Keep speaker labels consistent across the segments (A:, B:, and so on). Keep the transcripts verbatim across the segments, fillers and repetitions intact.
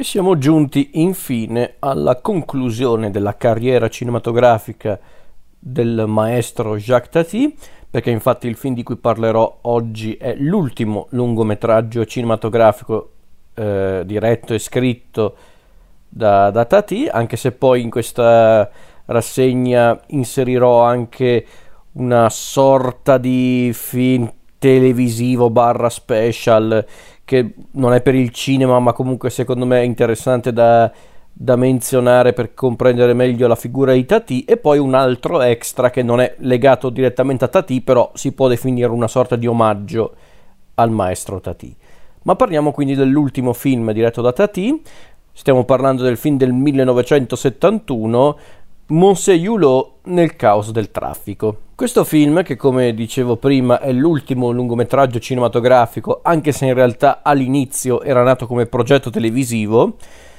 A: E siamo giunti infine alla conclusione della carriera cinematografica del maestro Jacques Tati, perché infatti il film di cui parlerò oggi è l'ultimo lungometraggio cinematografico eh, diretto e scritto da, da Tati, anche se poi in questa rassegna inserirò anche una sorta di film televisivo barra special che non è per il cinema, ma comunque secondo me è interessante da, da menzionare per comprendere meglio la figura di Tati, e poi un altro extra che non è legato direttamente a Tati, però si può definire una sorta di omaggio al maestro Tati. Ma parliamo quindi dell'ultimo film diretto da Tati. Stiamo parlando del film del millenovecentosettantuno, Monsieur Hulot nel caos del traffico. Questo film, che come dicevo prima è l'ultimo lungometraggio cinematografico, anche se in realtà all'inizio era nato come progetto televisivo,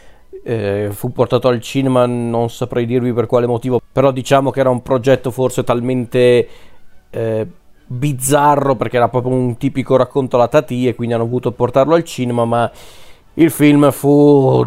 A: eh, fu portato al cinema, non saprei dirvi per quale motivo, però diciamo che era un progetto forse talmente eh, bizzarro, perché era proprio un tipico racconto alla Tati e quindi hanno voluto portarlo al cinema, ma il film fu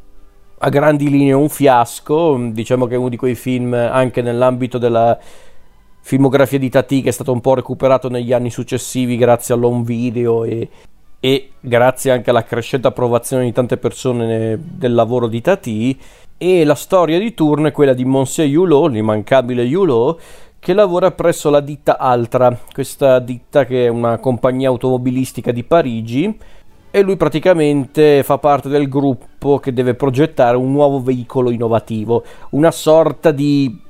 A: a grandi linee un fiasco. Diciamo che è uno di quei film, anche nell'ambito della filmografia di Tati, che è stato un po' recuperato negli anni successivi grazie all'home video e, e grazie anche alla crescente approvazione di tante persone del lavoro di Tati. E la storia di turno è quella di Monsieur Hulot, l'immancabile Hulot, che lavora presso la ditta Altra, questa ditta che è una compagnia automobilistica di Parigi, e lui praticamente fa parte del gruppo che deve progettare un nuovo veicolo innovativo, una sorta di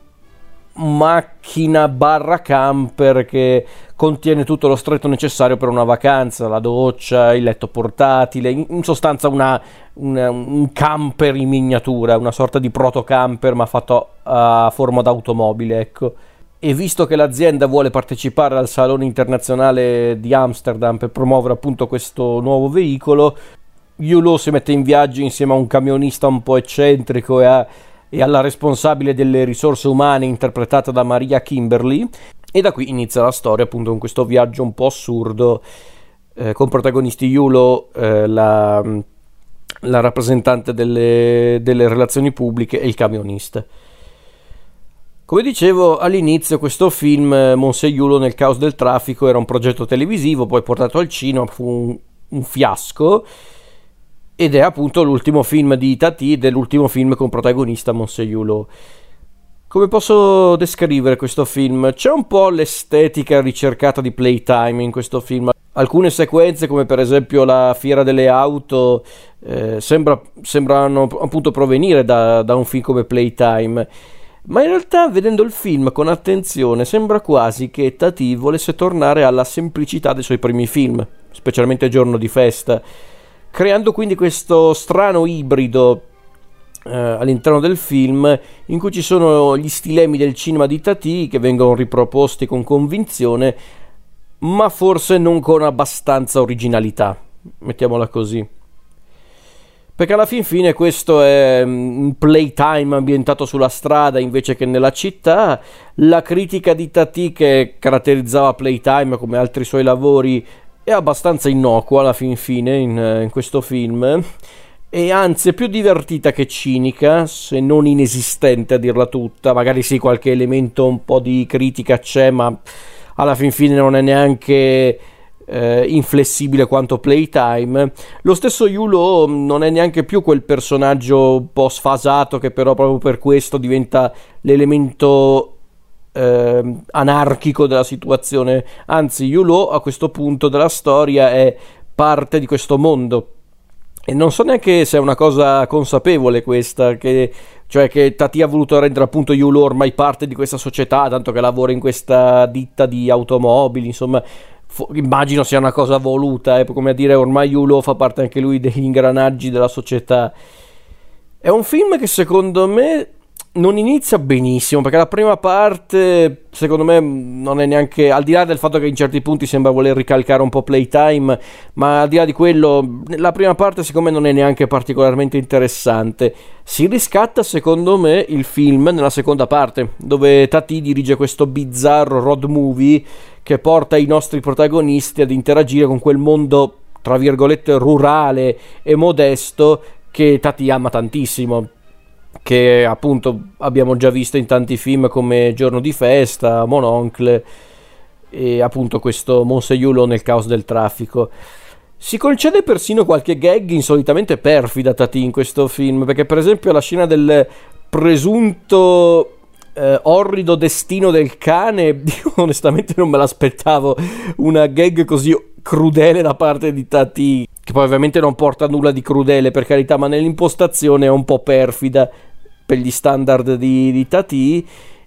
A: macchina barra camper che contiene tutto lo stretto necessario per una vacanza, la doccia, il letto portatile, in sostanza una, una, un camper in miniatura, una sorta di proto camper ma fatto a forma d'automobile, ecco. E visto che l'azienda vuole partecipare al Salone Internazionale di Amsterdam per promuovere appunto questo nuovo veicolo, Hulot si mette in viaggio insieme a un camionista un po' eccentrico e, a, e alla responsabile delle risorse umane interpretata da Maria Kimberly, e da qui inizia la storia appunto con questo viaggio un po' assurdo eh, con protagonisti Hulot, eh, la, la rappresentante delle, delle relazioni pubbliche e il camionista. Come dicevo all'inizio, questo film, Monsieur Hulot nel caos del traffico, era un progetto televisivo, poi portato al cinema, fu un, un fiasco, ed è appunto l'ultimo film di Tati, ed è l'ultimo film con protagonista Monsieur Hulot. Come posso descrivere questo film? C'è un po' l'estetica ricercata di Playtime in questo film. Alcune sequenze, come per esempio la fiera delle auto, eh, sembra, sembrano appunto provenire da, da un film come Playtime. Ma in realtà, vedendo il film con attenzione, sembra quasi che Tati volesse tornare alla semplicità dei suoi primi film, specialmente Giorno di festa, creando quindi questo strano ibrido eh, all'interno del film, in cui ci sono gli stilemi del cinema di Tati che vengono riproposti con convinzione, ma forse non con abbastanza originalità, mettiamola così. Perché alla fin fine questo è un Playtime ambientato sulla strada invece che nella città. La critica di Tati, che caratterizzava Playtime come altri suoi lavori, è abbastanza innocua alla fin fine in, in questo film, e anzi è più divertita che cinica, se non inesistente a dirla tutta. Magari sì, qualche elemento un po' di critica c'è, ma alla fin fine non è neanche Eh, inflessibile quanto Playtime. Lo stesso Hulot non è neanche più quel personaggio un po' sfasato che però proprio per questo diventa l'elemento eh, anarchico della situazione. Anzi, Hulot a questo punto della storia è parte di questo mondo, e non so neanche se è una cosa consapevole questa, che, cioè che Tati ha voluto rendere appunto Hulot ormai parte di questa società, tanto che lavora in questa ditta di automobili, insomma. Immagino sia una cosa voluta, eh, come a dire ormai Hulot fa parte anche lui degli ingranaggi della società. È un film che secondo me non inizia benissimo, perché la prima parte secondo me non è neanche, al di là del fatto che in certi punti sembra voler ricalcare un po' Playtime, ma al di là di quello la prima parte secondo me non è neanche particolarmente interessante. Si riscatta secondo me il film nella seconda parte, dove Tati dirige questo bizzarro road movie che porta i nostri protagonisti ad interagire con quel mondo tra virgolette rurale e modesto che Tati ama tantissimo, che appunto abbiamo già visto in tanti film come Giorno di festa, Mononcle e appunto questo Monseiulo nel caos del traffico. Si concede persino qualche gag insolitamente perfida Tati in questo film, perché per esempio la scena del presunto eh, orrido destino del cane, io onestamente non me l'aspettavo, una gag così crudele da parte di Tati, che poi ovviamente non porta nulla di crudele per carità, ma nell'impostazione è un po' perfida per gli standard di, di Tati.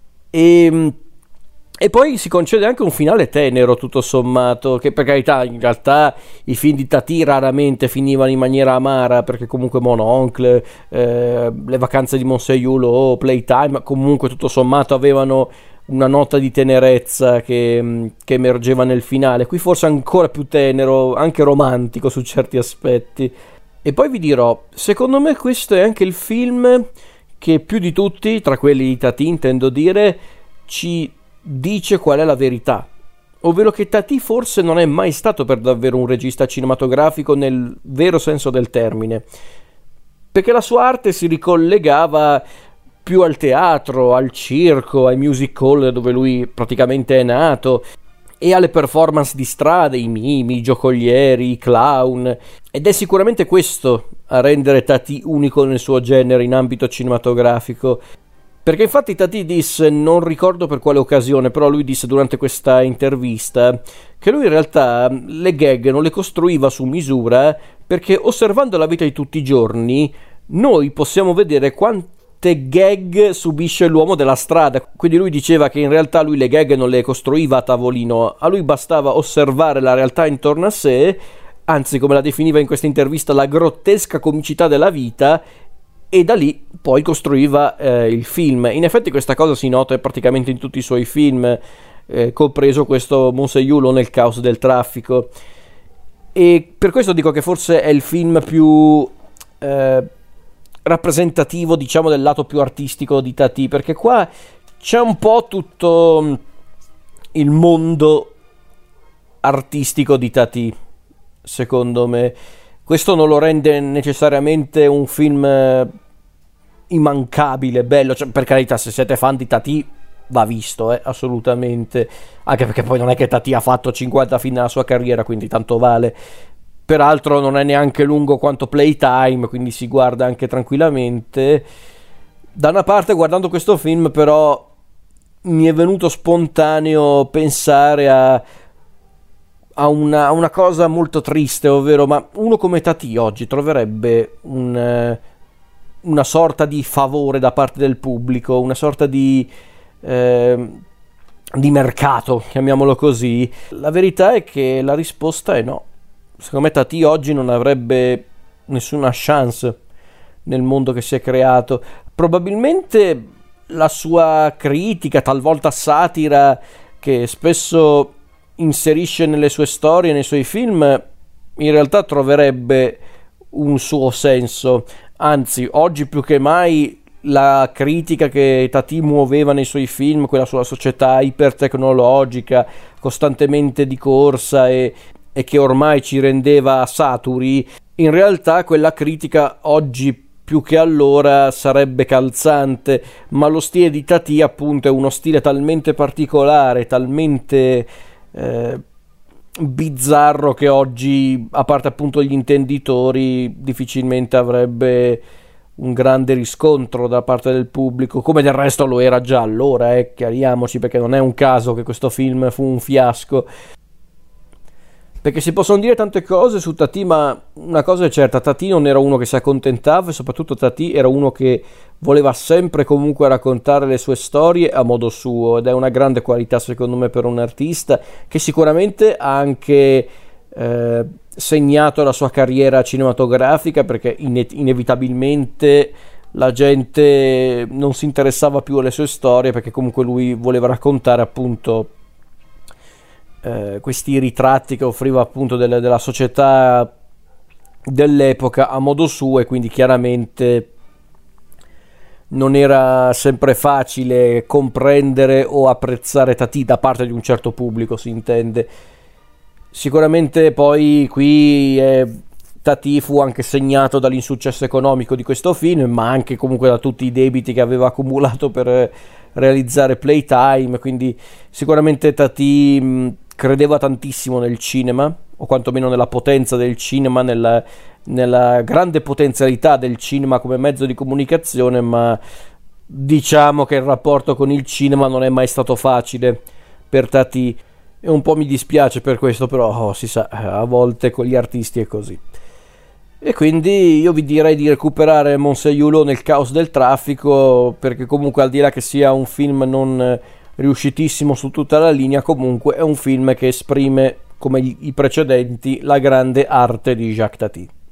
A: E, e poi si concede anche un finale tenero tutto sommato, che per carità in realtà i film di Tati raramente finivano in maniera amara, perché comunque Mononcle, eh, Le vacanze di Monseiulo, Playtime comunque tutto sommato avevano una nota di tenerezza che, che emergeva nel finale. Qui forse ancora più tenero, anche romantico su certi aspetti. E poi vi dirò, secondo me questo è anche il film che più di tutti, tra quelli di Tati intendo dire, ci dice qual è la verità, ovvero che Tati forse non è mai stato per davvero un regista cinematografico nel vero senso del termine, perché la sua arte si ricollegava più al teatro, al circo, ai music hall dove lui praticamente è nato, e alle performance di strada, i mimi, i giocolieri, i clown, ed è sicuramente questo a rendere Tati unico nel suo genere in ambito cinematografico. Perché infatti Tati disse, non ricordo per quale occasione, però lui disse durante questa intervista che lui in realtà le gag non le costruiva su misura, perché osservando la vita di tutti i giorni noi possiamo vedere quante gag subisce l'uomo della strada. Quindi lui diceva che in realtà lui le gag non le costruiva a tavolino, a lui bastava osservare la realtà intorno a sé, anzi come la definiva in questa intervista la grottesca comicità della vita, e da lì poi costruiva eh, il film. In effetti questa cosa si nota praticamente in tutti i suoi film, eh, compreso questo Monseiulo nel caos del traffico, e per questo dico che forse è il film più eh, rappresentativo, diciamo, del lato più artistico di Tati, perché qua c'è un po' tutto il mondo artistico di Tati, secondo me. Questo non lo rende necessariamente un film immancabile, bello, cioè, per carità, se siete fan di Tati va visto, eh, assolutamente, anche perché poi non è che Tati ha fatto cinquanta film nella sua carriera, quindi tanto vale. Peraltro non è neanche lungo quanto Playtime, quindi si guarda anche tranquillamente. Da una parte, guardando questo film, però mi è venuto spontaneo pensare a a una, a una cosa molto triste, ovvero, ma uno come Tati oggi troverebbe un, una sorta di favore da parte del pubblico, una sorta di eh, di mercato, chiamiamolo così? La verità è che la risposta è no. Secondo me Tati oggi non avrebbe nessuna chance nel mondo che si è creato. Probabilmente la sua critica, talvolta satira, che spesso inserisce nelle sue storie, nei suoi film, in realtà troverebbe un suo senso. Anzi, oggi più che mai la critica che Tati muoveva nei suoi film, quella sulla società ipertecnologica, costantemente di corsa e, e che ormai ci rendeva saturi, in realtà quella critica oggi più che allora sarebbe calzante, ma lo stile di Tati appunto è uno stile talmente particolare, talmente Eh, bizzarro, che oggi, a parte appunto gli intenditori, difficilmente avrebbe un grande riscontro da parte del pubblico, come del resto lo era già allora, eh, chiariamoci, perché non è un caso che questo film fu un fiasco. Perché si possono dire tante cose su Tati, ma una cosa è certa: Tati non era uno che si accontentava, e soprattutto Tati era uno che voleva sempre comunque raccontare le sue storie a modo suo, ed è una grande qualità secondo me per un artista, che sicuramente ha anche eh, segnato la sua carriera cinematografica, perché ine- inevitabilmente la gente non si interessava più alle sue storie, perché comunque lui voleva raccontare appunto Eh, questi ritratti che offriva appunto delle, della società dell'epoca a modo suo, e quindi chiaramente non era sempre facile comprendere o apprezzare Tati da parte di un certo pubblico, si intende. Sicuramente poi qui è Tati fu anche segnato dall'insuccesso economico di questo film, ma anche comunque da tutti i debiti che aveva accumulato per realizzare Playtime, quindi sicuramente Tati mh, credeva tantissimo nel cinema, o quantomeno nella potenza del cinema, nella, nella grande potenzialità del cinema come mezzo di comunicazione, ma diciamo che il rapporto con il cinema non è mai stato facile per Tati, e un po' mi dispiace per questo, però oh, si sa, a volte con gli artisti è così. E quindi io vi direi di recuperare Monseiulo nel caos del traffico, perché comunque al di là che sia un film non riuscitissimo su tutta la linea, comunque è un film che esprime, come i precedenti, la grande arte di Jacques Tati.